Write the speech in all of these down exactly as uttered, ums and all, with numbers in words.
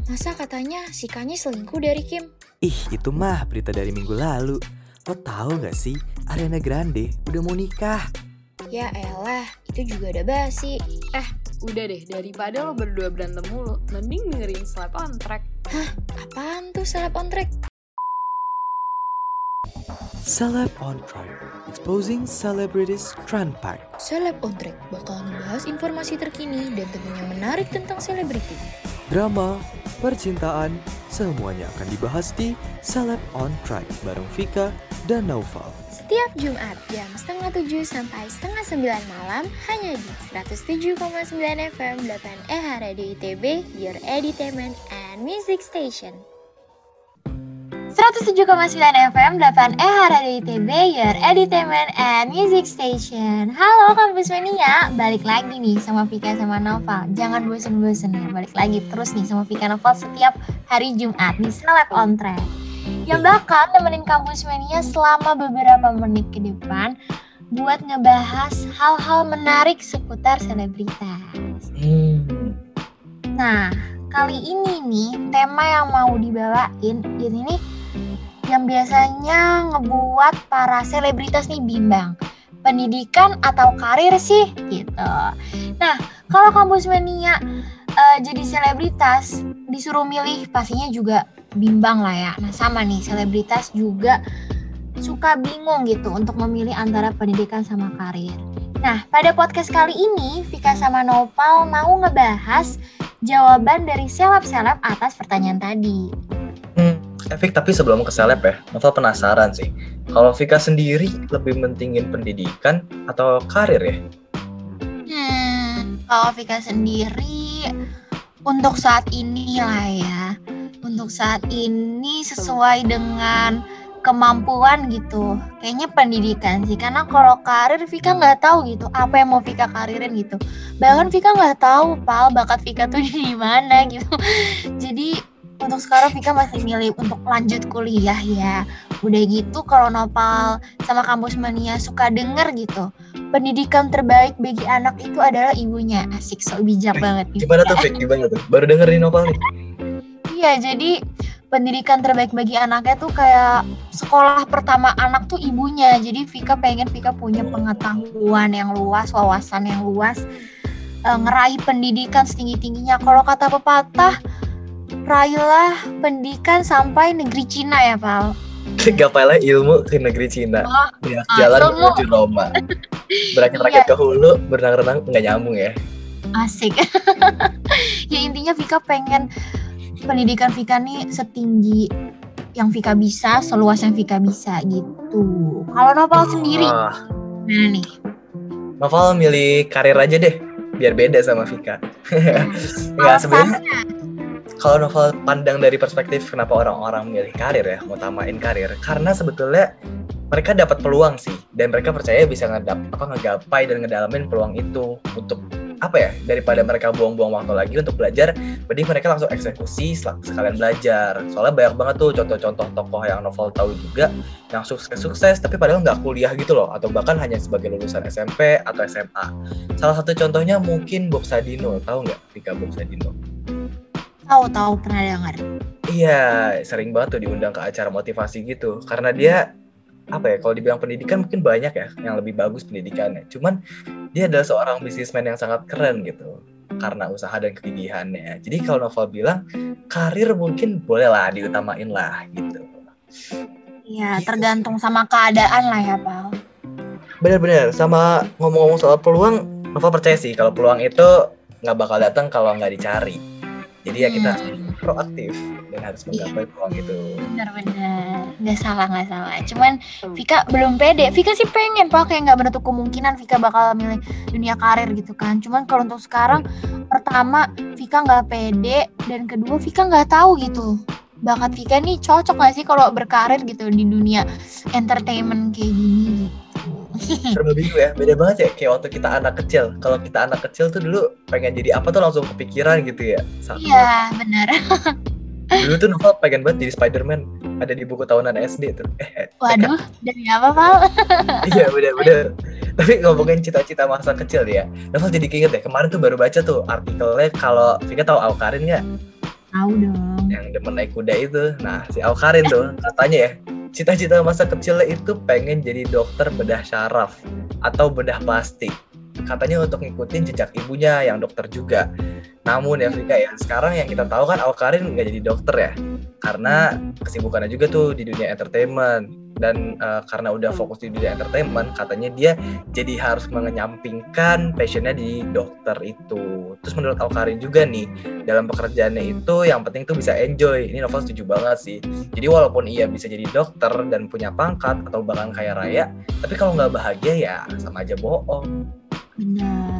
Masa katanya si Kanye selingkuh dari Kim? Ih, itu mah berita dari minggu lalu. Lo tahu gak sih, Ariana Grande udah mau nikah. Ya elah, itu juga udah basi. Eh, udah deh, daripada lo berdua berantem mulu, mending dengerin Slap on Track. Hah? Apaan tuh Slap on Track? Celeb on Track, exposing celebrities trend pack. Slap on Track bakal ngebahas informasi terkini dan tentunya menarik tentang selebriti. Drama, percintaan, semuanya akan dibahas di Celeb on Track bareng Vika dan Naufal. Setiap Jumat jam setengah tujuh sampai setengah sembilan malam hanya di seratus tujuh koma sembilan F M delapan E H Radio I T B, Your Edutainment and Music Station. seratus tujuh koma sembilan F M delapan E H Radio I T B, Your Edutainment and Music Station. Halo Kampus Mania, balik lagi nih sama Vika sama Naufal. Jangan bosen-bosen ya, balik lagi terus nih sama Vika Naufal setiap hari Jumat di Celeb on Track, yang bakal nemenin Kampus Mania selama beberapa menit ke depan buat ngebahas hal-hal menarik seputar selebritas. Hmm. Nah, kali ini nih tema yang mau dibawain ini nih yang biasanya ngebuat para selebritas nih bimbang. Pendidikan atau karir sih gitu. Nah, kalau Kampus Mania uh, jadi selebritas disuruh milih pastinya juga bimbang lah ya. Nah sama nih, selebritas juga suka bingung gitu untuk memilih antara pendidikan sama karir. Nah pada podcast kali ini Vika sama Nopal mau ngebahas jawaban dari seleb-seleb atas pertanyaan tadi. Hmm, Evik, tapi sebelum ke seleb ya, Nova penasaran sih. Kalau Vika sendiri lebih mentingin pendidikan atau karir ya? Hmm, kalau Vika sendiri untuk saat ini lah ya. Untuk saat ini sesuai dengan kemampuan gitu. Kayaknya pendidikan sih. Karena kalau karir Vika nggak tahu gitu apa yang mau Vika karirin gitu. Bahkan Vika nggak tahu pal bakat Vika tuh di mana gitu. Jadi untuk sekarang Vika masih milih untuk lanjut kuliah ya. Udah gitu kalau Nopal sama Kampus Mania suka denger gitu, pendidikan terbaik bagi anak itu adalah ibunya. Asik, so bijak banget. Gimana tuh Vik? Gimana tuh? Baru denger nih Nopal nih. Iya, jadi pendidikan terbaik bagi anaknya tuh kayak sekolah pertama anak tuh ibunya. Jadi Vika pengen Vika punya pengetahuan yang luas, wawasan yang luas, e, ngeraih pendidikan setinggi-tingginya. Kalau kata pepatah, raihlah pendidikan sampai negeri Cina ya, Val. Gapailah ilmu ke negeri Cina. Oh, ya, ah, jalan ilmu. menuju Roma. Berakit-rakit ke hulu, berenang-renang nggak nyambung ya. Asik. Ya intinya Vika pengen pendidikan Vika nih setinggi yang Vika bisa, seluas yang Vika bisa gitu. Kalau Nopal sendiri, Wah. nah nih. Nopal milih karir aja deh, biar beda sama Vika. Nggak, sebenarnya kalau Novel pandang dari perspektif kenapa orang-orang milih karir ya, ngutamain karir, karena sebetulnya mereka dapat peluang sih, dan mereka percaya bisa ngedap, apa ngegapai dan ngedalamin peluang itu untuk apa ya, daripada mereka buang-buang waktu lagi untuk belajar, mending mereka langsung eksekusi sekalian belajar. Soalnya banyak banget tuh contoh-contoh tokoh yang Novel tahu juga yang sukses-sukses tapi padahal nggak kuliah gitu loh, atau bahkan hanya sebagai lulusan S M P atau S M A. Salah satu contohnya mungkin Bob Sadino, tahu nggak Vika Bob Sadino? Tahu-tahu pernah dengar. Iya, sering banget tuh diundang ke acara motivasi gitu. Karena dia, apa ya, kalau dibilang pendidikan mungkin banyak ya yang lebih bagus pendidikannya. Cuman dia adalah seorang bisnismen yang sangat keren gitu. Karena usaha dan kegigihannya. Jadi kalau Novel bilang, karir mungkin boleh lah diutamain lah gitu. Iya, tergantung sama keadaan lah ya, Pal. Benar-benar, sama ngomong-ngomong soal peluang, Novel percaya sih kalau peluang itu nggak bakal datang kalau nggak dicari. Jadi ya kita Hmm. proaktif dan harus menggapai peluang itu. Benar-benar, nggak salah nggak salah. Cuman Vika belum pede. Vika sih pengen Pak, kayak nggak menutup kemungkinan Vika bakal milih dunia karir gitu kan. Cuman kalau untuk sekarang, pertama Vika nggak pede, dan kedua Vika nggak tahu gitu bakat Vika nih cocok nggak sih kalau berkarir gitu di dunia entertainment kayak gini gitu. Serba bingung ya, beda banget ya kayak waktu kita anak kecil. Kalau kita anak kecil tuh dulu pengen jadi apa tuh langsung kepikiran gitu ya. Iya benar. Dulu tuh Novel pengen banget jadi Spider-Man, ada di buku tahunan S D tuh. Eh, Waduh, dari apa Val? Iya bener-bener. Tapi ngomongin cita-cita masa kecil ya, Novel jadi keinget ya, kemarin tuh baru baca tuh artikelnya, kalau Vika tahu Awkarin nggak? Tahu dong. Yang demen naik kuda itu. Nah, si Awkarin tuh katanya ya, cita-cita masa kecilnya itu pengen jadi dokter bedah syaraf atau bedah plastik. Katanya untuk ngikutin jejak ibunya yang dokter juga. Namun ya Vika ya, sekarang yang kita tahu kan Awkarin nggak jadi dokter ya, karena kesibukannya juga tuh di dunia entertainment. Dan uh, karena udah fokus di dunia entertainment, katanya dia jadi harus mengenyampingkan passionnya di dokter itu. Terus menurut Awkarin juga nih, dalam pekerjaannya itu yang penting tuh bisa enjoy. Ini Novel setuju banget sih. Jadi walaupun ia bisa jadi dokter dan punya pangkat atau bahkan kaya raya, tapi kalau nggak bahagia ya sama aja bohong. Benar.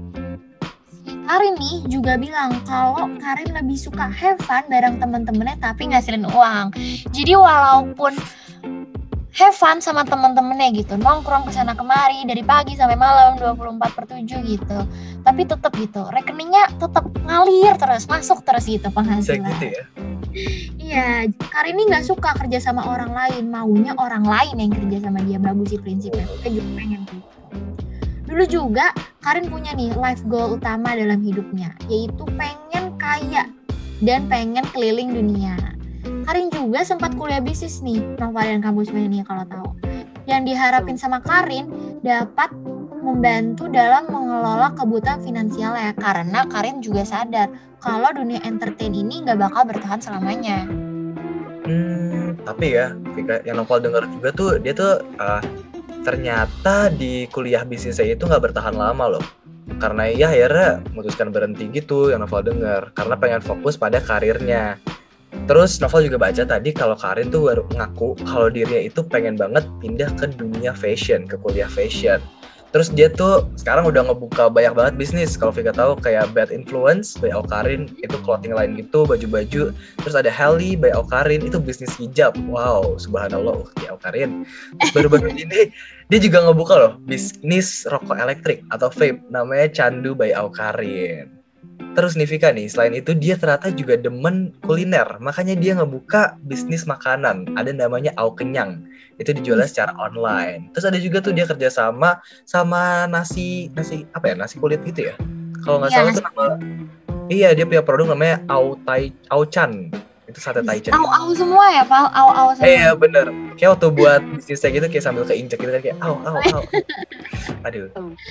Karin nih juga bilang kalau Karin lebih suka have fun bareng temen-temennya tapi ngasilin uang. Jadi walaupun have fun sama temen-temennya gitu, nongkrong kesana kemari dari pagi sampai malam dua puluh empat per tujuh gitu, tapi tetap gitu rekeningnya tetap ngalir terus, masuk terus gitu penghasilan. Bisa gitu ya? Iya, Karin ini nggak suka kerja sama orang lain, maunya orang lain yang kerja sama dia. Bagus sih prinsipnya, kita juga pengen gitu. Dulu juga Karin punya nih life goal utama dalam hidupnya, yaitu pengen kaya dan pengen keliling dunia. Karin juga sempat kuliah bisnis nih, Nova dan kampus ini kalau tahu. Yang diharapin sama Karin dapat membantu dalam mengelola kebutuhan finansial ya, karena Karin juga sadar kalau dunia entertain ini nggak bakal bertahan selamanya. Hmm, tapi ya, Vika, yang Novel dengar juga tuh, dia tuh uh, ternyata di kuliah bisnisnya itu nggak bertahan lama loh. Karena ya akhirnya memutuskan berhenti gitu yang Novel dengar, karena pengen fokus pada karirnya. Terus Novel juga baca tadi kalau Karin tuh baru ngaku kalau dirinya itu pengen banget pindah ke dunia fashion, ke kuliah fashion. Terus dia tuh sekarang udah ngebuka banyak banget bisnis. Kalau Vika tahu kayak Bad Influence by Awkarin, itu clothing line gitu, baju-baju. Terus ada Helly by Awkarin, itu bisnis hijab. Wow, subhanallah, ukti Awkarin. Terus baru-baru ini dia juga ngebuka loh bisnis rokok elektrik atau vape, namanya Candu by Awkarin. Terus nih Vika nih, selain itu dia ternyata juga demen kuliner. Makanya dia ngebuka bisnis makanan, ada namanya Au Kenyang. Itu dijualnya secara online. Terus ada juga tuh dia kerja sama sama nasi nasi apa ya, nasi kulit gitu ya. Kalau nggak Iya, salah nasi- tuh nama, iya dia punya produk namanya Au Tai Au Chan. Itu sate taichan. Au-au semua ya, Pak? Au-au semua. Eh, iya bener. Kayak waktu buat bisnisnya gitu kayak sambil keinjek gitu kan kayak au au au. Aduh.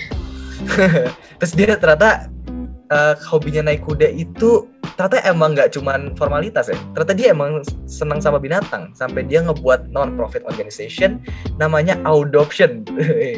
Terus dia ternyata uh, hobinya naik kuda itu ternyata emang nggak cuman formalitas ya. Ternyata dia emang senang sama binatang sampai dia ngebuat non-profit organization namanya Audoption.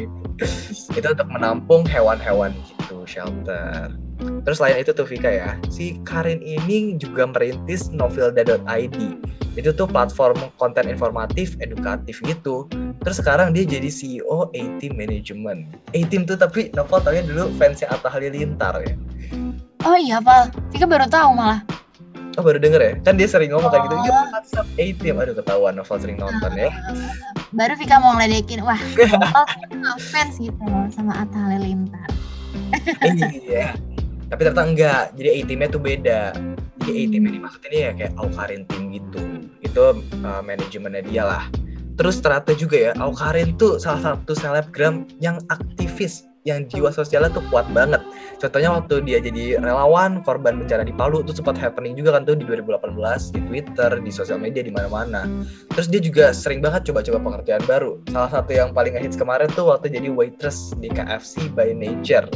Itu untuk menampung hewan-hewan gitu, shelter. Terus selain itu tuh Vika ya, si Karin ini juga merintis novelda dot i d. Itu tuh platform konten informatif, edukatif gitu. Terus sekarang dia jadi C E O A-Team Management. A-Team tuh tapi Novel taunya dulu fansnya Atta Halilintar ya. Oh iya, Pak. Vika baru tahu malah. Oh baru denger ya? Kan dia sering ngomong kayak gitu, ya WhatsApp A-Team. Aduh ketahuan Novel sering nonton ya. Baru Vika mau ngeledekin, wah, Novel fans gitu sama Atta Halilintar. Iya. Tapi ternyata enggak, jadi A-Teamnya tuh beda. Jadi A-Team ini maksudnya ya kayak Awkarin Team gitu. Itu uh, manajemennya dia lah. Terus ternyata juga ya, Awkarin tuh salah satu selebgram yang aktivis, yang jiwa sosialnya tuh kuat banget. Contohnya waktu dia jadi relawan korban bencana di Palu, tuh sempat happening juga kan tuh di dua ribu delapan belas di Twitter, di sosial media, di mana-mana. Terus dia juga sering banget coba-coba pekerjaan baru. Salah satu yang paling ngehits kemarin tuh waktu jadi waitress di K F C by Nature.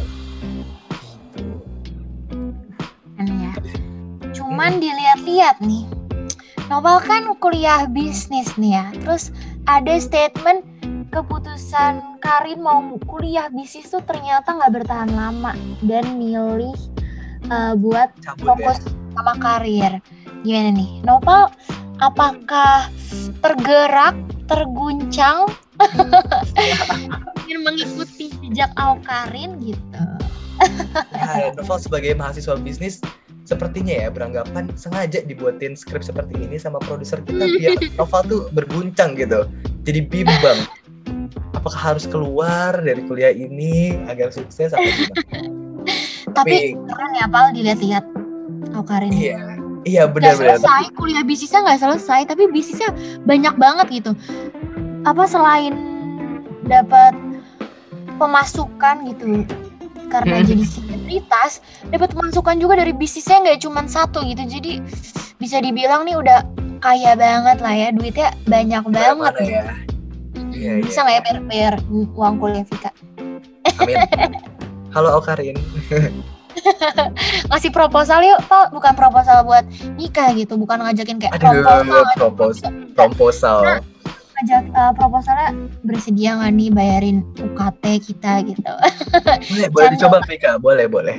Ya. Cuman dilihat-lihat nih, Novel kan kuliah bisnis nih ya. Terus ada statement keputusan Karin mau kuliah bisnis tuh ternyata nggak bertahan lama dan milih uh, buat Cabut fokus ya sama karir. Gimana nih, Novel? Apakah tergerak, terguncang ingin mengikuti jejak Awkarin gitu? Ya, Novel sebagai mahasiswa bisnis sepertinya ya beranggapan sengaja dibuatin skrip seperti ini sama produser kita biar Novel tuh berguncang gitu, jadi bimbang. Apakah harus keluar dari kuliah ini agar sukses atau gimana? Tapi keren ya Pal, dilihat-lihat Awkarin. Iya, iya benar-benar. Gak selesai, kuliah bisnisnya nggak selesai, tapi bisnisnya banyak banget gitu. Apa selain dapat pemasukan gitu, karena Hmm. jadi selebritas dapat masukan juga dari bisnisnya nggak cuma satu gitu. Jadi bisa dibilang nih udah kaya banget lah ya, duitnya banyak banget. Mana ya? Hmm, Iya, iya. bisa nggak ya bayar, bayar uang kuliah Vika? Amin. Halo Okarin. Ngasih proposal yuk, Pak. Bukan proposal buat nikah gitu, bukan ngajakin kayak Aduh, proposal. propos proposal. Ngajak uh, proposalnya bersedia nggak nih bayarin U K T kita gitu. Boleh, boleh Canda. dicoba Vika, boleh, boleh.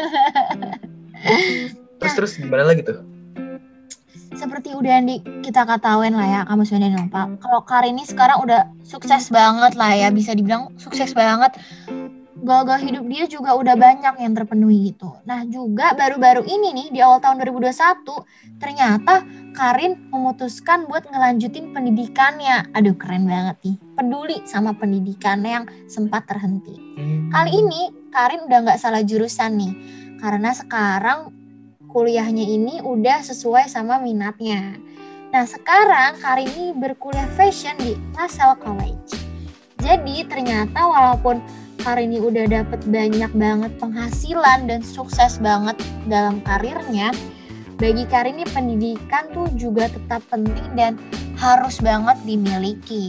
Terus terus gimana lagi tuh? Seperti udah yang di, kita ketahuin lah ya, kamu sudah Nopal. Kalau Karin ini sekarang udah sukses banget lah ya, bisa dibilang sukses banget. Gagal hidup dia juga udah banyak yang terpenuhi gitu. Nah juga baru-baru ini nih di awal tahun dua ribu dua puluh satu ternyata Karin memutuskan buat ngelanjutin pendidikannya. Aduh keren banget nih, peduli sama pendidikannya yang sempat terhenti. Hmm. Kali ini Karin udah gak salah jurusan nih, karena sekarang kuliahnya ini udah sesuai sama minatnya. Nah sekarang Karin ini berkuliah fashion di LaSalle College. Jadi ternyata walaupun Karin ini udah dapet banyak banget penghasilan dan sukses banget dalam karirnya, bagi Karin ini pendidikan tuh juga tetap penting dan harus banget dimiliki.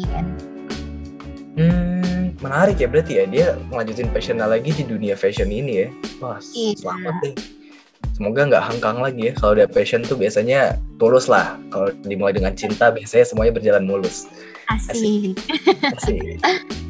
Hmm, menarik ya berarti ya, dia melanjutin passionnya lagi di dunia fashion ini ya. Wah, Iya. selamat deh. Semoga nggak hengkang lagi ya. Kalau udah passion tuh biasanya tulus lah. Kalau dimulai dengan cinta biasanya semuanya berjalan mulus. Asik. Asik.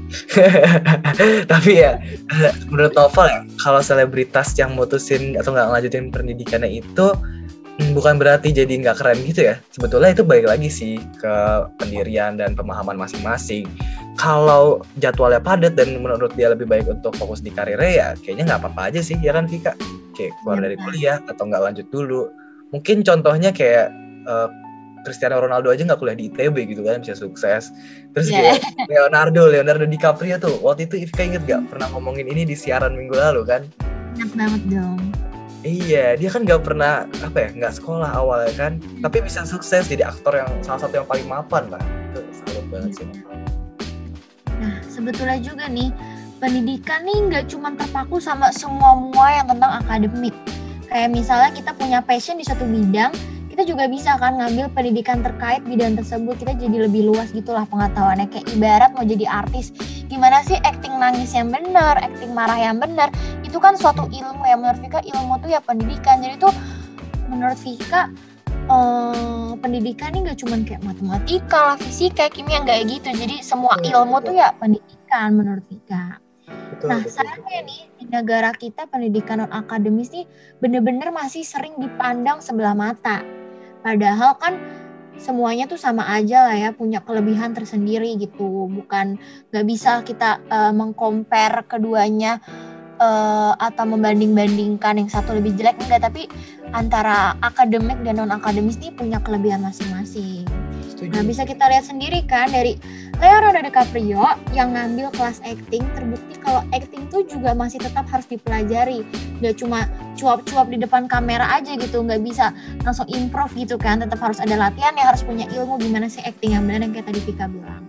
Tapi ya menurut Novel ya, kalau selebritas yang mutusin atau nggak ngelanjutin pendidikannya itu hmm, bukan berarti jadi nggak keren gitu ya. Sebetulnya itu balik lagi sih ke pendirian dan pemahaman masing-masing. Kalau jadwalnya padat dan menurut dia lebih baik untuk fokus di karirnya ya kayaknya nggak apa-apa aja sih, ya kan Vika? Kayak keluar dari kuliah atau nggak lanjut dulu. Mungkin contohnya kayak uh, Cristiano Ronaldo aja nggak kuliah di I T B gitu kan bisa sukses. Terus Yeah. kayak Leonardo, Leonardo DiCaprio tuh waktu itu Ivka inget gak pernah ngomongin ini di siaran minggu lalu kan? Enak banget dong. Iya, dia kan nggak pernah apa ya, nggak sekolah awalnya kan, tapi bisa sukses jadi aktor yang salah satu yang paling mapan lah. Itu salut banget sih. Nah sebetulnya juga nih pendidikan nih nggak cuma terpaku sama semua-mua yang tentang akademik. Kayak misalnya kita punya passion di satu bidang, kita juga bisa kan ngambil pendidikan terkait bidang tersebut, kita jadi lebih luas gitulah pengetahuannya. Kayak ibarat mau jadi artis, gimana sih acting nangis yang benar, acting marah yang benar, itu kan suatu ilmu ya. Menurut Vika ilmu tuh ya pendidikan. Jadi tuh menurut Vika eh, pendidikan ini nggak cuma kayak matematika lah, fisika, kimia, nggak gitu. Jadi semua ilmu tuh ya pendidikan menurut Vika. Betul, Nah betul, sayangnya nih di negara kita pendidikan non akademis nih bener-bener masih sering dipandang sebelah mata. Padahal kan semuanya tuh sama aja lah ya, punya kelebihan tersendiri gitu. Bukan nggak bisa kita uh, mengcompare keduanya uh, atau membanding-bandingkan yang satu lebih jelek, enggak. Tapi antara akademik dan non akademis nih punya kelebihan masing-masing. Setuju. Nah bisa kita lihat sendiri kan dari Leonardo DiCaprio yang ngambil kelas acting, terbukti kalau acting tuh juga masih tetap harus dipelajari. Gak cuma cuap-cuap di depan kamera aja gitu, gak bisa langsung improv gitu kan. Tetap harus ada latihan, ya harus punya ilmu gimana sih acting yang benar yang kayak tadi Vika bilang.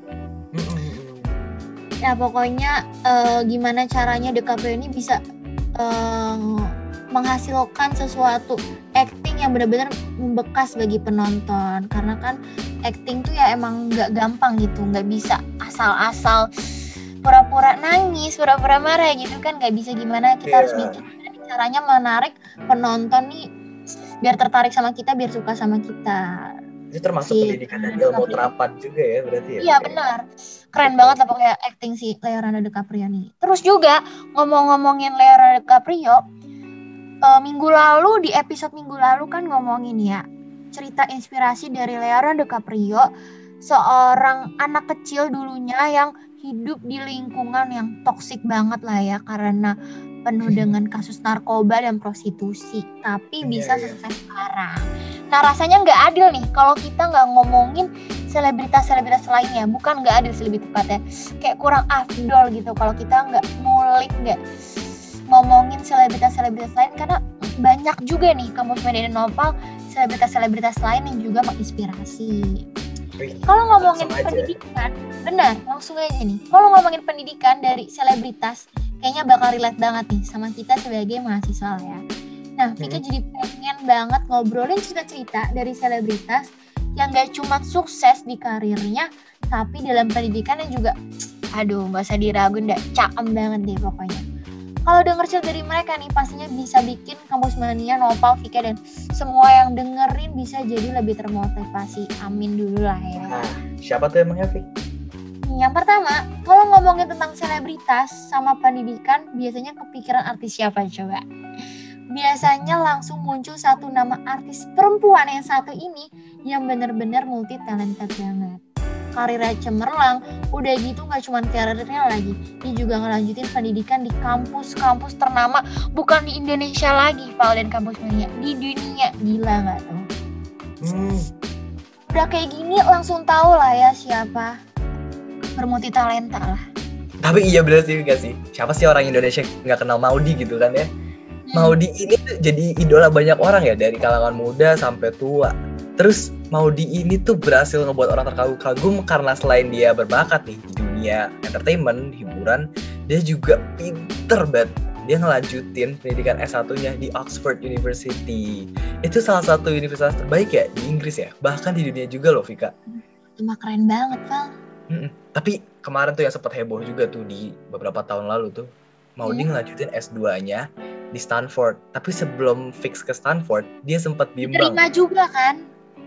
Ya pokoknya uh, gimana caranya DiCaprio ini bisa uh, menghasilkan sesuatu acting yang benar-benar membekas bagi penonton. Karena kan acting tuh ya emang gak gampang gitu, gak bisa asal-asal pura-pura nangis, pura-pura marah gitu kan, gak bisa. Gimana kita Yeah. harus mikir caranya menarik penonton nih biar tertarik sama kita, biar suka sama kita. Itu termasuk Si pendidikan dan Leonardo ilmu DiCaprio. terapan juga ya berarti ya. Iya benar, keren banget lah pokoknya acting si Leonardo DiCaprio nih. Terus juga ngomong-ngomongin Leonardo DiCaprio, uh, minggu lalu di episode minggu lalu kan ngomongin ya cerita inspirasi dari Leonardo DiCaprio, seorang anak kecil dulunya yang hidup di lingkungan yang toksik banget lah ya, karena penuh dengan kasus narkoba dan prostitusi, tapi bisa Iya, iya. sukses sekarang. Nah rasanya nggak adil nih kalau kita nggak ngomongin selebritas-selebritas lainnya. Bukan nggak adil sih, lebih tepatnya kayak kurang afdol gitu kalau kita nggak ngulik, nggak ngomongin selebritas-selebritas lain, karena banyak juga nih Kamus Media dan Nopal selebritas-selebritas lain yang juga menginspirasi. Wih, Kalau ngomongin langsung aja. pendidikan, benar, langsung aja nih. Kalau ngomongin pendidikan dari selebritas kayaknya bakal relate banget nih sama kita sebagai mahasiswa lah ya. Nah, Vika hmm. jadi pengen banget ngobrolin cerita-cerita dari selebritas yang gak cuma sukses di karirnya, tapi dalam pendidikannya juga, aduh gak usah diraguin, gak cakem banget deh pokoknya. Kalau denger cerita dari mereka nih, pastinya bisa bikin Kampus Mania, Nopal, Vika, dan semua yang dengerin bisa jadi lebih termotivasi. Amin dulu lah ya. Nah, siapa tuh emangnya, Vika? Yang pertama, kalau ngomongin tentang selebritas sama pendidikan, biasanya kepikiran artis siapa coba? Biasanya langsung muncul satu nama artis perempuan yang satu ini yang benar-benar multi talented banget. Karirnya cemerlang, udah gitu gak cuma karirnya lagi, dia juga ngelanjutin pendidikan di kampus-kampus ternama, bukan di Indonesia lagi, Val dan Kampus Mania, di dunia. Gila gak tuh? Hmm. Udah kayak gini langsung tahu lah ya siapa bermulti talenta lah. Tapi iya bener sih gak sih? Siapa sih orang Indonesia gak kenal Maudy gitu kan ya? Maudy ini tuh jadi idola banyak orang ya, dari kalangan muda sampai tua. Terus Maudy ini tuh berhasil ngebuat orang terkagum-kagum karena selain dia berbakat nih di dunia entertainment, hiburan, dia juga pinter banget. Dia ngelanjutin pendidikan S satu-nya di Oxford University. Itu salah satu universitas terbaik ya di Inggris ya, bahkan di dunia juga loh Vika. Cuma keren banget Val. Mm-mm. Tapi kemarin tuh yang sempat heboh juga tuh di beberapa tahun lalu tuh, Maudy hmm. ngelanjutin S dua-nya di Stanford. Tapi sebelum fix ke Stanford, dia sempat bimbang. Terima juga kan?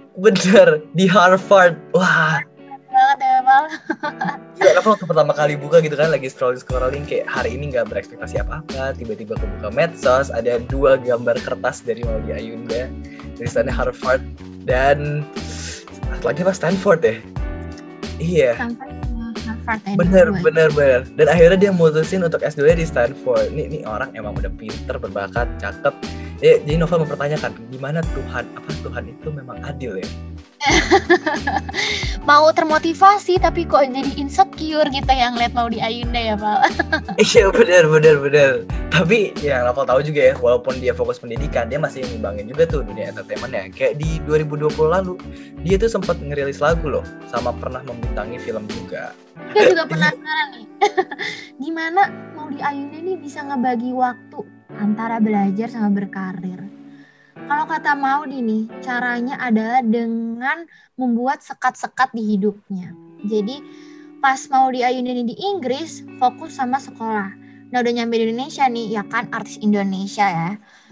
Bener, di Harvard. Wah. Banget ya, Val. Gila, aku waktu pertama kali buka gitu kan, lagi scrolling-scrolling kayak hari ini gak berekspektasi apa-apa. Tiba-tiba aku buka medsos, ada dua gambar kertas dari Maudy Ayunda. Tulisannya Harvard dan satu lagi apa Stanford deh. Iya. Stanford. Bener, bener, bener. Dan akhirnya dia mutusin untuk S dua di Stanford. Nih, nih orang emang udah pinter, berbakat, cakep. Ya, jadi Nova mempertanyakan, gimana Tuhan, apa Tuhan itu memang adil ya? Mau termotivasi tapi kok jadi insecure gitu yang lihat Maudy Ayunda ya, Pak. Iya, bener, bener, bener. Tapi ya Nova tahu juga ya, walaupun dia fokus pendidikan, dia masih ngimbangin juga tuh dunia entertainment ya. Kayak di dua ribu dua puluh lalu, dia tuh sempat ngerilis lagu loh, sama pernah membintangi film juga. Dia juga penasaran nih, gimana Maudy Ayunda ini bisa ngebagi waktu antara belajar sama berkarir. Kalau kata Maudy nih, caranya adalah dengan membuat sekat-sekat di hidupnya. Jadi pas Maudy Ayunda ini di Inggris, fokus sama sekolah. Nah udah nyampe di Indonesia nih, ya kan artis Indonesia ya.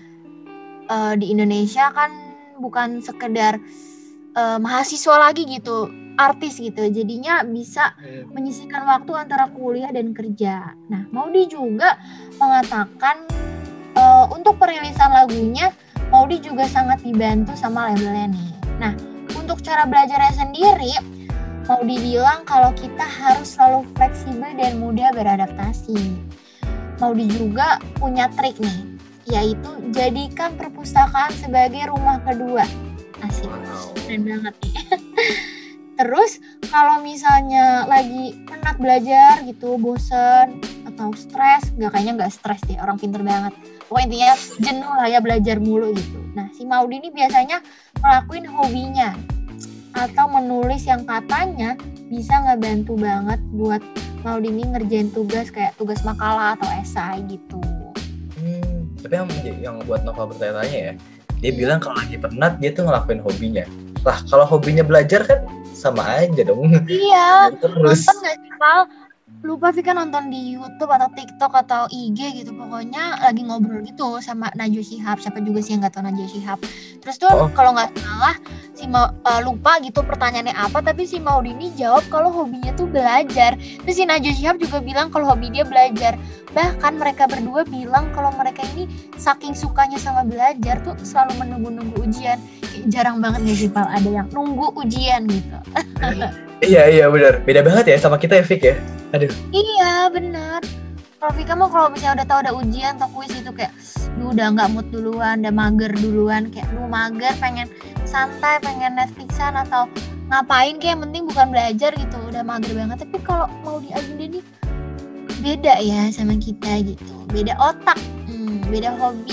Uh, di Indonesia kan bukan sekedar uh, mahasiswa lagi gitu, artis gitu, jadinya bisa menyisihkan waktu antara kuliah dan kerja. Nah, Maudy juga mengatakan uh, untuk perilisan lagunya, Maudy juga sangat dibantu sama labelnya nih. Nah, untuk cara belajarnya sendiri, Maudy bilang kalau kita harus selalu fleksibel dan mudah beradaptasi. Maudy juga punya trik nih, yaitu jadikan perpustakaan sebagai rumah kedua. Asik, keren banget nih. Terus kalau misalnya lagi penat belajar gitu, bosen atau stres, nggak kayaknya nggak stres deh, orang pinter banget. Pokoknya intinya jenuh lah ya belajar mulu gitu. Nah si Maudy ini biasanya ngelakuin hobinya atau menulis yang katanya bisa ngebantu banget buat Maudy ini ngerjain tugas kayak tugas makalah atau esai gitu. Hmm, tapi yang, yang buat Nova bertanya-tanya ya, dia hmm. bilang kalau lagi penat dia tuh ngelakuin hobinya. Lah kalau hobinya belajar kan sama aja dong. Iya, terus nonton gak sih Val? Lupa sih kan nonton di YouTube atau TikTok atau I G gitu, pokoknya lagi ngobrol gitu sama Najwa Shihab. Siapa juga sih yang nggak tahu Najwa Shihab. Terus tuh oh. kalau nggak salah si Ma, uh, lupa gitu pertanyaannya apa, tapi si Maudy ini jawab kalau hobinya tuh belajar. Terus si Najwa Shihab juga bilang kalau hobi dia belajar. Bahkan mereka berdua bilang kalau mereka ini saking sukanya sama belajar tuh selalu menunggu-nunggu ujian. Jarang banget nih sih Val ada yang nunggu ujian gitu. Iya iya benar, beda banget ya sama kita ya Fik ya. Aduh. Iya benar. Kalau Vika mah kalau misalnya udah tahu ada ujian atau kuis itu kayak, lu udah nggak mood duluan, udah mager duluan, kayak lu mager pengen santai, pengen Netflixan atau ngapain kayak yang penting bukan belajar gitu, udah mager banget. Tapi kalau Maudy Ayunda nih beda ya sama kita gitu, beda otak, hmm, beda hobi.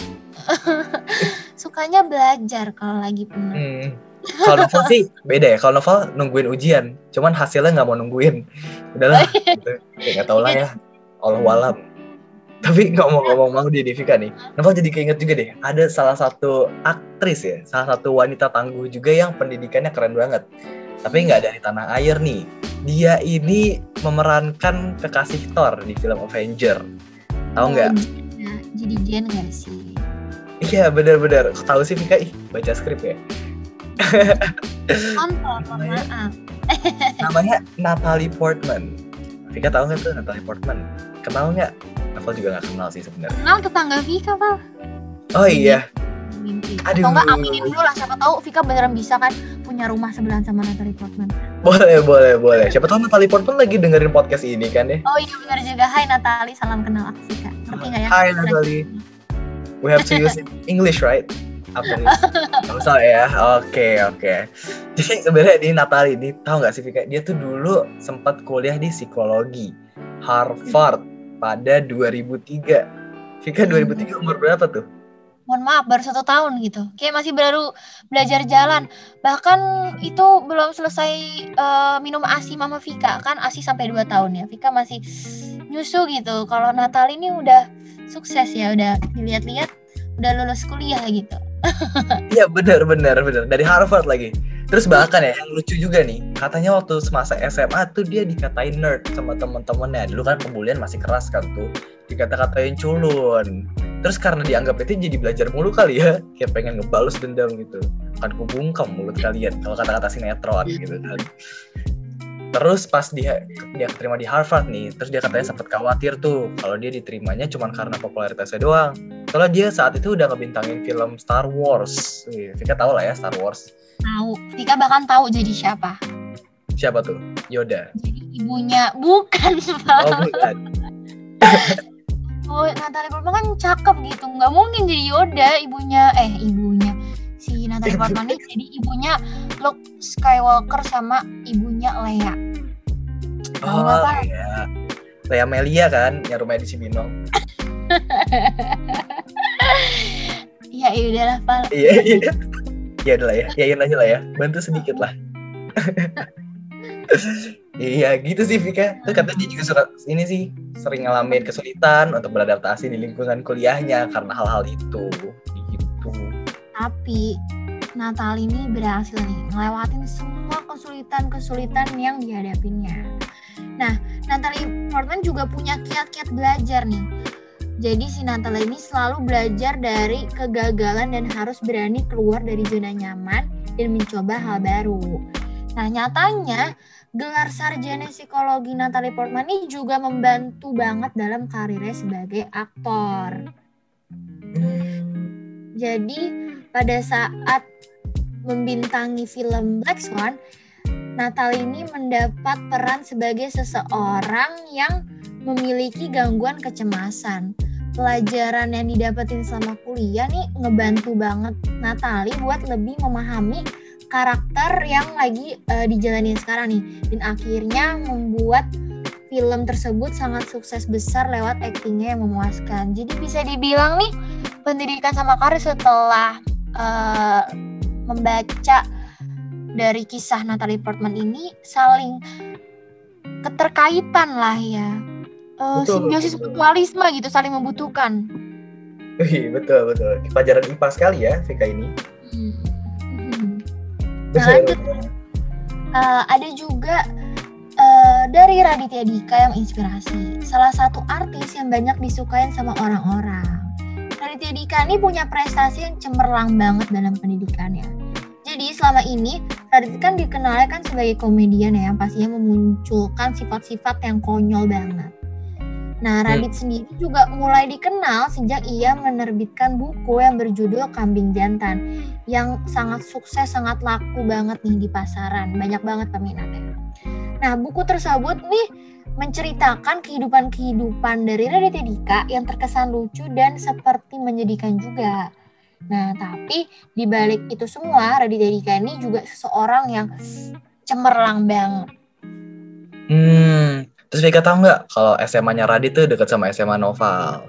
Sukanya belajar kalau lagi penat. Hmm. Kalau Novel sih beda ya. Kalau Novel nungguin ujian, cuman hasilnya nggak mau nungguin. Udahlah, gitu. Ya nggak tahu lah ya. Allahualam. Tapi ngomong-ngomong mau di Vika nih, Novel jadi keinget juga deh, ada salah satu aktris ya, salah satu wanita tangguh juga yang pendidikannya keren banget. Tapi nggak dari tanah air nih. Dia ini memerankan kekasih Thor di film Avenger. Tahu nggak? Oh, jadi Jen nggak sih? Iya benar-benar. Tahu sih Vika, ih baca skrip ya. Nonton, maaf. Namanya Natalie Portman. Vika tahu nggak tuh Natalie Portman? Kenal nggak? Novel juga nggak kenal sih sebenarnya. Kenal tetangga Vika, Pak. Oh iya. Mimpi. Aduh. Atau enggak aminin dulu lah, siapa tahu Vika beneran bisa kan punya rumah sebelahan sama Natalie Portman. Boleh, boleh, boleh. Siapa tahu Natalie Portman lagi dengerin podcast ini kan ya. Oh iya benar juga. Hai Natalie, salam kenal aku Vika. Ngerti nggak ya? Hai Natalie. We have to use English, right? After this. Nggak usah ya. Oke, oke. Jadi sebenarnya ini Natalie ini tahu nggak sih Vika? Dia tuh dulu sempat kuliah di psikologi Harvard pada dua ribu tiga. Vika dua ribu tiga umur berapa tuh? Mohon maaf, baru satu tahun gitu. Kayak masih baru belajar jalan. Bahkan itu belum selesai uh, minum ASI Mama Vika. Kan ASI sampai dua tahun ya. Vika masih nyusu gitu. Kalau Natalie ini udah sukses ya. Udah dilihat-lihat, udah lulus kuliah gitu. Iya benar, benar, benar. Dari Harvard lagi. Terus bahkan ya, yang lucu juga nih. Katanya waktu semasa S M A tuh dia dikatain nerd sama teman-temannya. Dulu kan pembulian masih keras kan tuh. Dikata-katain culun. Terus karena dianggap itu jadi belajar mulu kali ya, kayak pengen ngebalus dendam gitu. Kan kubungkam mulut kalian kalau kata-kata sinetron gitu kan. Terus pas dia dia keterima di Harvard nih, terus dia katanya sempat khawatir tuh kalau dia diterimanya cuma karena popularitasnya doang. Soalnya dia saat itu udah ngebintangin film Star Wars. Wih, Vika tahu lah ya Star Wars. Tahu. Vika bahkan tahu jadi siapa. Siapa tuh? Yoda. Jadi ibunya, bukan Pak. Oh bukan. Oh, Natalie Portman kan cakep gitu, nggak mungkin jadi Yoda ibunya, eh ibunya si Natalie Portman ini jadi ibunya Luke Skywalker sama ibunya Leia. Oh Leia, Leia Melia kan, yang rumahnya di Cibinong. Iya, iya udahlah Pak. Iya iya, ya udah lah ya, yain aja lah ya, bantu sedikit lah. Iya gitu sih Vika. Tuh katanya dia juga suka ini sih sering ngalamin kesulitan untuk beradaptasi di lingkungan kuliahnya karena hal-hal itu. Gitu. Tapi Natalie ini berhasil nih ngelewatin semua kesulitan-kesulitan yang dihadapinya. Nah, Natalie Portman juga punya kiat-kiat belajar nih. Jadi si Natalie ini selalu belajar dari kegagalan dan harus berani keluar dari zona nyaman dan mencoba hal baru. Nah, nyatanya gelar sarjana psikologi Natalie Portman ini juga membantu banget dalam karirnya sebagai aktor. Jadi pada saat membintangi film Black Swan, Natalie ini mendapat peran sebagai seseorang yang memiliki gangguan kecemasan. Pelajaran yang didapetin selama kuliah nih ngebantu banget Natalie buat lebih memahami karakter yang lagi uh, dijalanin sekarang nih, dan akhirnya membuat film tersebut sangat sukses besar lewat aktingnya yang memuaskan. Jadi bisa dibilang nih pendidikan sama karir setelah uh, membaca dari kisah Natalie Portman ini saling keterkaitan lah ya, uh, simbiosis mutualisme gitu, saling membutuhkan. Wih, betul betul. Pelajaran I P A sekali ya Vika ini. Hmm. Nah, lanjut, uh, ada juga uh, dari Raditya Dika yang inspirasi. Salah satu artis yang banyak disukain sama orang-orang. Raditya Dika ini punya prestasi yang cemerlang banget dalam pendidikannya. Jadi selama ini Raditya kan dikenalnya kan sebagai komedian ya, yang pastinya memunculkan sifat-sifat yang konyol banget. Nah, Radit hmm. sendiri juga mulai dikenal sejak ia menerbitkan buku yang berjudul Kambing Jantan yang sangat sukses, sangat laku banget nih di pasaran. Banyak banget peminatnya. Nah, buku tersebut nih menceritakan kehidupan-kehidupan dari Raditya Dika yang terkesan lucu dan seperti menyedihkan juga. Nah, tapi di balik itu semua, Raditya Dika ini juga seseorang yang cemerlang banget. Hmm. Terus Vika tahu nggak kalau S M A-nya Radit tuh dekat sama S M A Noval?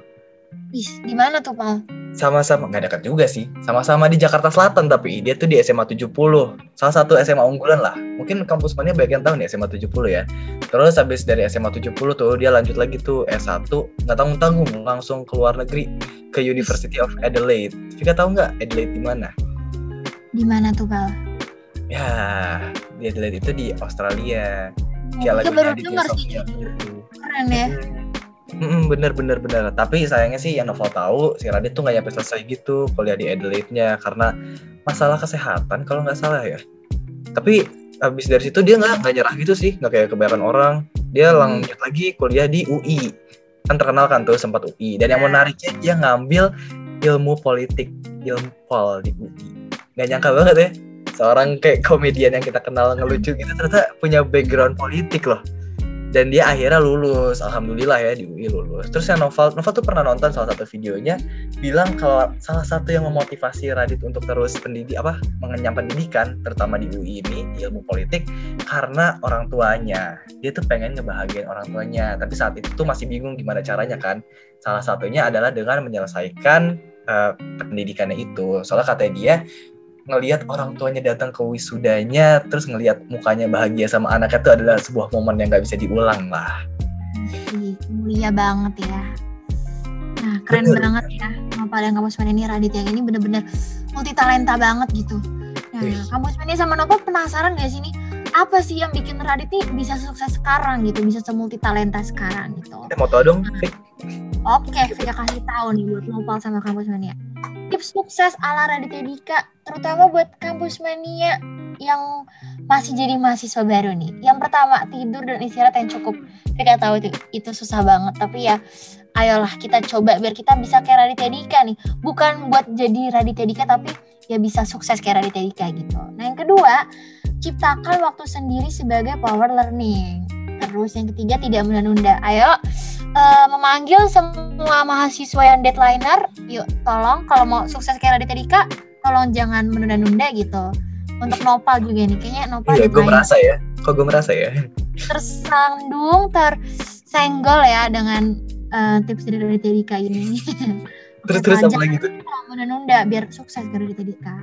Ih, di mana tuh, Pal? Sama-sama, nggak dekat juga sih. Sama-sama di Jakarta Selatan, tapi dia tuh di S M A tujuh puluh. Salah satu S M A unggulan lah. Mungkin kampus Mania banyak yang tahu nih S M A tujuh puluh ya. Terus habis dari S M A tujuh puluh tuh, dia lanjut lagi tuh S satu. Nggak tanggung-tanggung, langsung ke luar negeri. Ke University of Adelaide. Vika tahu nggak Adelaide di mana? Di mana tuh, Pal? Ya, di Adelaide itu di Australia. Kayak lagunya baru dengar sih. Keren ya. Mm, bener bener bener. Tapi sayangnya sih yang Novel tahu si Radit tuh nggak nyampe selesai gitu kuliah di Adelaide-nya karena masalah kesehatan kalau nggak salah ya. Tapi habis dari situ dia nggak nggak nyerah gitu sih, nggak kayak kebanyakan orang. Dia lanjut lagi kuliah di U I. Kan terkenal kan tuh sempat U I. Dan yang menariknya dia ngambil ilmu politik, ilmu pol di U I. Nggak nyangka banget ya. Seorang kayak komedian yang kita kenal ngelucu gitu ternyata punya background politik loh. Dan dia akhirnya lulus, alhamdulillah ya di U I lulus. Terus yang Novel, Novel tuh pernah nonton salah satu videonya bilang kalau salah satu yang memotivasi Radit untuk terus pendidik apa mengenyam pendidikan, terutama di U I ini di ilmu politik, karena orang tuanya. Dia tuh pengen ngebahagiain orang tuanya, tapi saat itu tuh masih bingung gimana caranya kan. Salah satunya adalah dengan menyelesaikan uh, pendidikannya itu. Soalnya katanya dia ngelihat orang tuanya datang ke wisudanya, terus ngelihat mukanya bahagia sama anaknya itu adalah sebuah momen yang nggak bisa diulang lah. Mulia banget ya. Nah, keren Bener. banget ya. Nopal yang Kampus Mania ini, Radit yang ini bener-bener multi talenta banget gitu. Nah, Wih. Kampus Mania sama Nopal penasaran gak sih nih, apa sih yang bikin Radit nih bisa sukses sekarang gitu, bisa semulti talenta sekarang gitu. Kita mau tau dong, Fik. Oke, Vika kasih tahu nih buat Nopal sama Kampus Mania. Tips sukses ala Raditya Dika, terutama buat Kampus Mania yang masih jadi mahasiswa baru nih. Yang pertama, tidur dan istirahat yang cukup. Vika tahu itu, itu susah banget, tapi ya ayolah kita coba biar kita bisa kayak Raditya Dika nih. Bukan buat jadi Raditya Dika, tapi ya bisa sukses kayak Raditya Dika gitu. Nah yang kedua, ciptakan waktu sendiri sebagai power learning. Terus yang ketiga, tidak menunda-nunda. Ayo Uh, memanggil semua mahasiswa yang deadlineer, yuk tolong kalau mau sukses kayak Raditya Dika, tolong jangan menunda-nunda gitu. Untuk Nopal juga nih, kayaknya Nopal iya, gue merasa ya, kok gue merasa ya tersandung, tersenggol ya dengan uh, tips dari Raditya Dika ini. Terus-terus apa lagi tuh? Menunda biar sukses kayak Raditya Dika.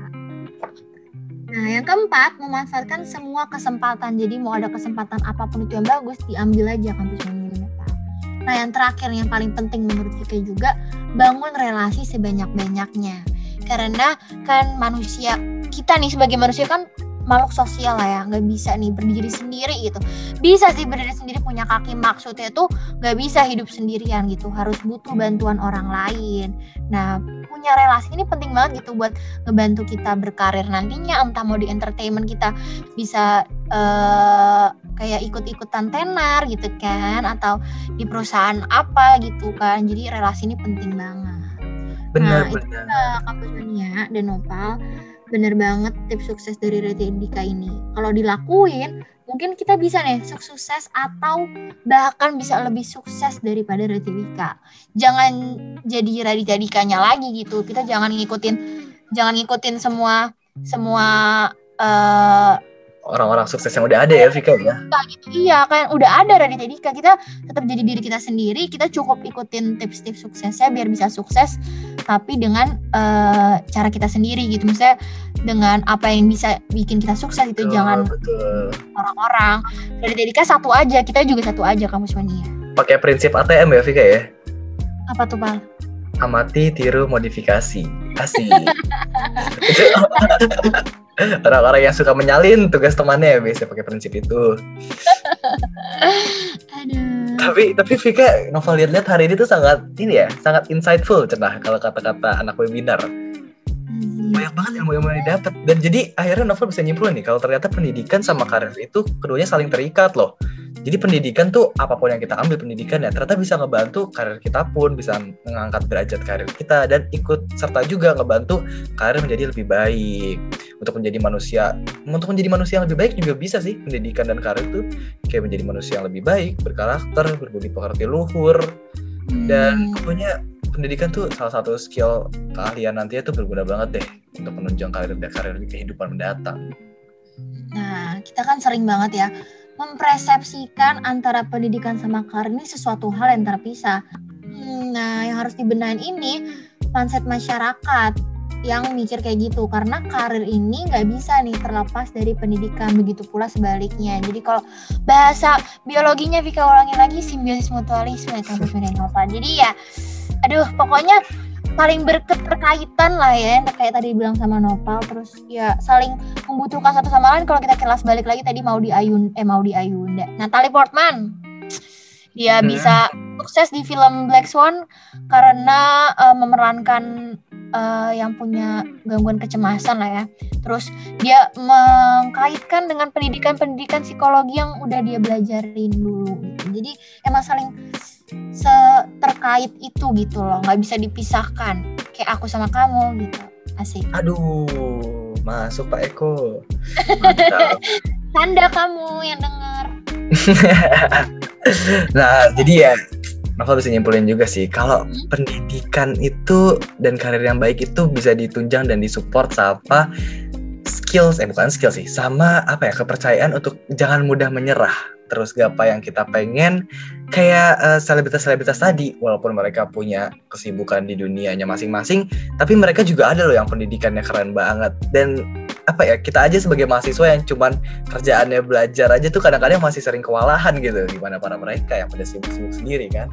Nah, yang keempat, memanfaatkan semua kesempatan. Jadi mau ada kesempatan apapun itu yang bagus, diambil aja Kampus Mania. Nah yang terakhir yang paling penting menurut Vika juga, bangun relasi sebanyak-banyaknya. Karena kan manusia, kita nih sebagai manusia kan makhluk sosial lah ya, gak bisa nih berdiri sendiri gitu. Bisa sih berdiri sendiri punya kaki, maksudnya tuh gak bisa hidup sendirian gitu, harus butuh bantuan orang lain. Nah punya relasi ini penting banget gitu buat ngebantu kita berkarir nantinya, entah mau di entertainment kita bisa uh, kayak ikut-ikutan tenar gitu kan, atau di perusahaan apa gitu kan. Jadi relasi ini penting banget. Benar, nah benar. Itu uh, Kampus Mania dan Nopal, bener banget tips sukses dari Raditya Dika ini. Kalau dilakuin, mungkin kita bisa nih sukses atau bahkan bisa lebih sukses daripada Raditya Dika. Jangan jadi Raditya Dikanya lagi gitu. Kita jangan ngikutin, jangan ngikutin semua semua uh, orang-orang sukses yang udah ada ya Vika ya. Gitu. Iya kan udah ada Raditya Dika, kita tetap jadi diri kita sendiri, kita cukup ikutin tips-tips suksesnya biar bisa sukses, tapi dengan uh, cara kita sendiri gitu, misalnya dengan apa yang bisa bikin kita sukses itu. Betul, jangan betul. Orang-orang Raditya Dika satu aja, kita juga satu aja Kampus Mania. Pakai prinsip A T M ya Vika ya. Apa tuh Pal? Amati, tiru, modifikasi. Asik. Orang-orang yang suka menyalin tugas temannya ya biasa pakai prinsip itu. Aduh. Tapi tapi Vika, Novel lihat-lihat hari ini tuh sangat ini ya, sangat insightful cenah kalau kata-kata anak webinar. Banyak banget ilmu-ilmu yang didapat, dan jadi akhirnya Novel bisa nyimpulin nih kalau ternyata pendidikan sama karir itu keduanya saling terikat loh. Jadi pendidikan tuh apapun yang kita ambil pendidikan ya ternyata bisa ngebantu karir kita pun, bisa mengangkat derajat karir kita, dan ikut serta juga ngebantu karir menjadi lebih baik. Untuk menjadi manusia, untuk menjadi manusia yang lebih baik juga bisa sih pendidikan dan karir tuh kayak menjadi manusia yang lebih baik, berkarakter, berbudi pekerti luhur, dan pokoknya pendidikan tuh salah satu skill keahlian nantinya tuh berguna banget deh untuk menunjang karir dan karir di kehidupan mendatang. Nah, kita kan sering banget ya mempersepsikan antara pendidikan sama karir ini sesuatu hal yang terpisah. Hmm, Nah, yang harus dibenahin ini mindset masyarakat yang mikir kayak gitu, karena karir ini nggak bisa nih terlepas dari pendidikan, begitu pula sebaliknya. Jadi kalau bahasa biologinya Vika ulangi lagi, simbiosis mutualisme kampus Nova. Jadi ya, aduh pokoknya saling berketerkaitan lah ya, kayak tadi bilang sama Nopal, terus ya saling membutuhkan satu sama lain. Kalau kita kelas balik lagi tadi mau di Ayun, eh mau di Ayunda, Natalie Portman dia hmm. bisa sukses di film Black Swan karena uh, memerankan uh, yang punya gangguan kecemasan lah ya. Terus dia mengkaitkan dengan pendidikan-pendidikan psikologi yang udah dia belajarin dulu gitu. Jadi emang saling terkait itu gitu loh, nggak bisa dipisahkan. Kayak aku sama kamu gitu, asik. Aduh, masuk Pak Eko. Mantap. Tanda kamu yang dengar. Nah, jadi ya Nova bisa nyimpulin juga sih kalau hmm? pendidikan itu dan karir yang baik itu bisa ditunjang dan disupport sama skills, eh bukan skill sih, sama apa ya, kepercayaan untuk jangan mudah menyerah. Terus gapai yang kita pengen, kayak uh, selebritas-selebritas tadi, walaupun mereka punya kesibukan di dunianya masing-masing, tapi mereka juga ada loh yang pendidikannya keren banget. Dan apa ya, kita aja sebagai mahasiswa yang cuman kerjaannya belajar aja tuh kadang-kadang masih sering kewalahan gitu. Gimana para mereka yang pada sibuk-sibuk sendiri kan?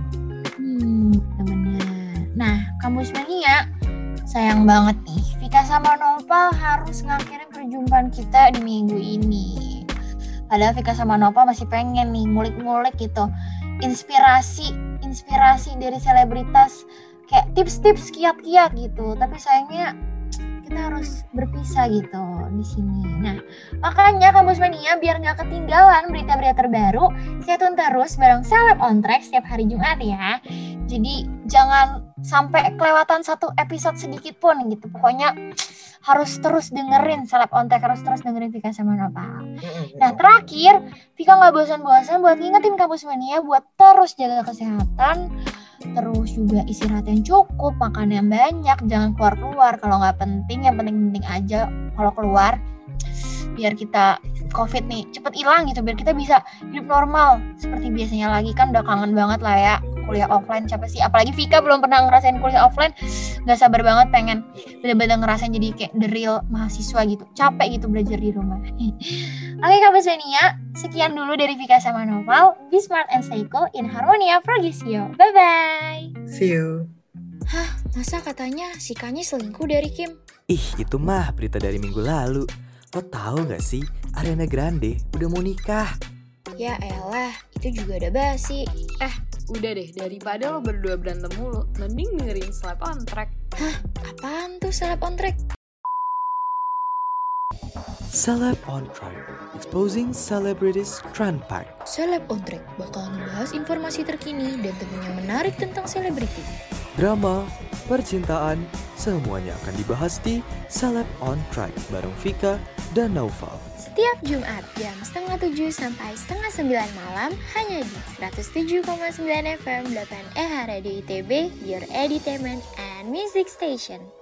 Hmm, benar. Nah, Kampus Mania, sayang banget nih, Vika sama Nopal harus ngakhirin perjumpaan kita di minggu ini. Padahal Vika sama Nopal masih pengen nih ngulik-ngulik gitu inspirasi inspirasi dari selebritas, kayak tips-tips kiat-kiat gitu. Tapi sayangnya kita harus berpisah gitu di sini. Nah, makanya Kampus Mania biar nggak ketinggalan berita-berita terbaru, stay tune terus bareng Celeb on Track setiap hari Jumat ya. Jadi jangan sampai kelewatan satu episode sedikit pun gitu. Pokoknya harus terus dengerin Celeb on Track, harus terus dengerin Vika sama Nopal. Nah, terakhir Vika nggak bosan-bosan buat ngingetin Kampus Mania buat terus jaga kesehatan, terus juga istirahat yang cukup, makan yang banyak, jangan keluar-keluar kalau nggak penting, yang penting-penting aja kalau keluar, biar kita COVID nih cepet hilang gitu, biar kita bisa hidup normal seperti biasanya lagi. Kan udah kangen banget lah ya kuliah offline, siapa sih, apalagi Vika belum pernah ngerasain kuliah offline, nggak sabar banget pengen bener-bener ngerasain jadi kayak the real mahasiswa gitu, capek gitu belajar di rumah. Oke Kampus Mania, sekian dulu dari Vika sama Nopal. Be smart and stay cool in Harmonia Progressio. Bye bye. See you. Hah, masa katanya si Kanye selingkuh dari Kim? Ih, itu mah berita dari minggu lalu. Lo tahu gak sih, Ariana Grande udah mau nikah? Ya elah, itu juga udah basi. Eh, udah deh, daripada lo berdua berantem mulu, mending dengerin Celeb on Track. Hah, apaan tuh Celeb on Track? Celeb on Track, exposing celebrities trend pack. Celeb on Track bakal ngebahas informasi terkini dan tentunya menarik tentang selebriti. Drama, percintaan, semuanya akan dibahas di Celeb on Track bareng Vika dan Naufal. Setiap Jumat jam setengah tujuh sampai setengah sembilan malam hanya di seratus tujuh koma sembilan F M delapan E H Radio I T B, Your Entertainment and Music Station.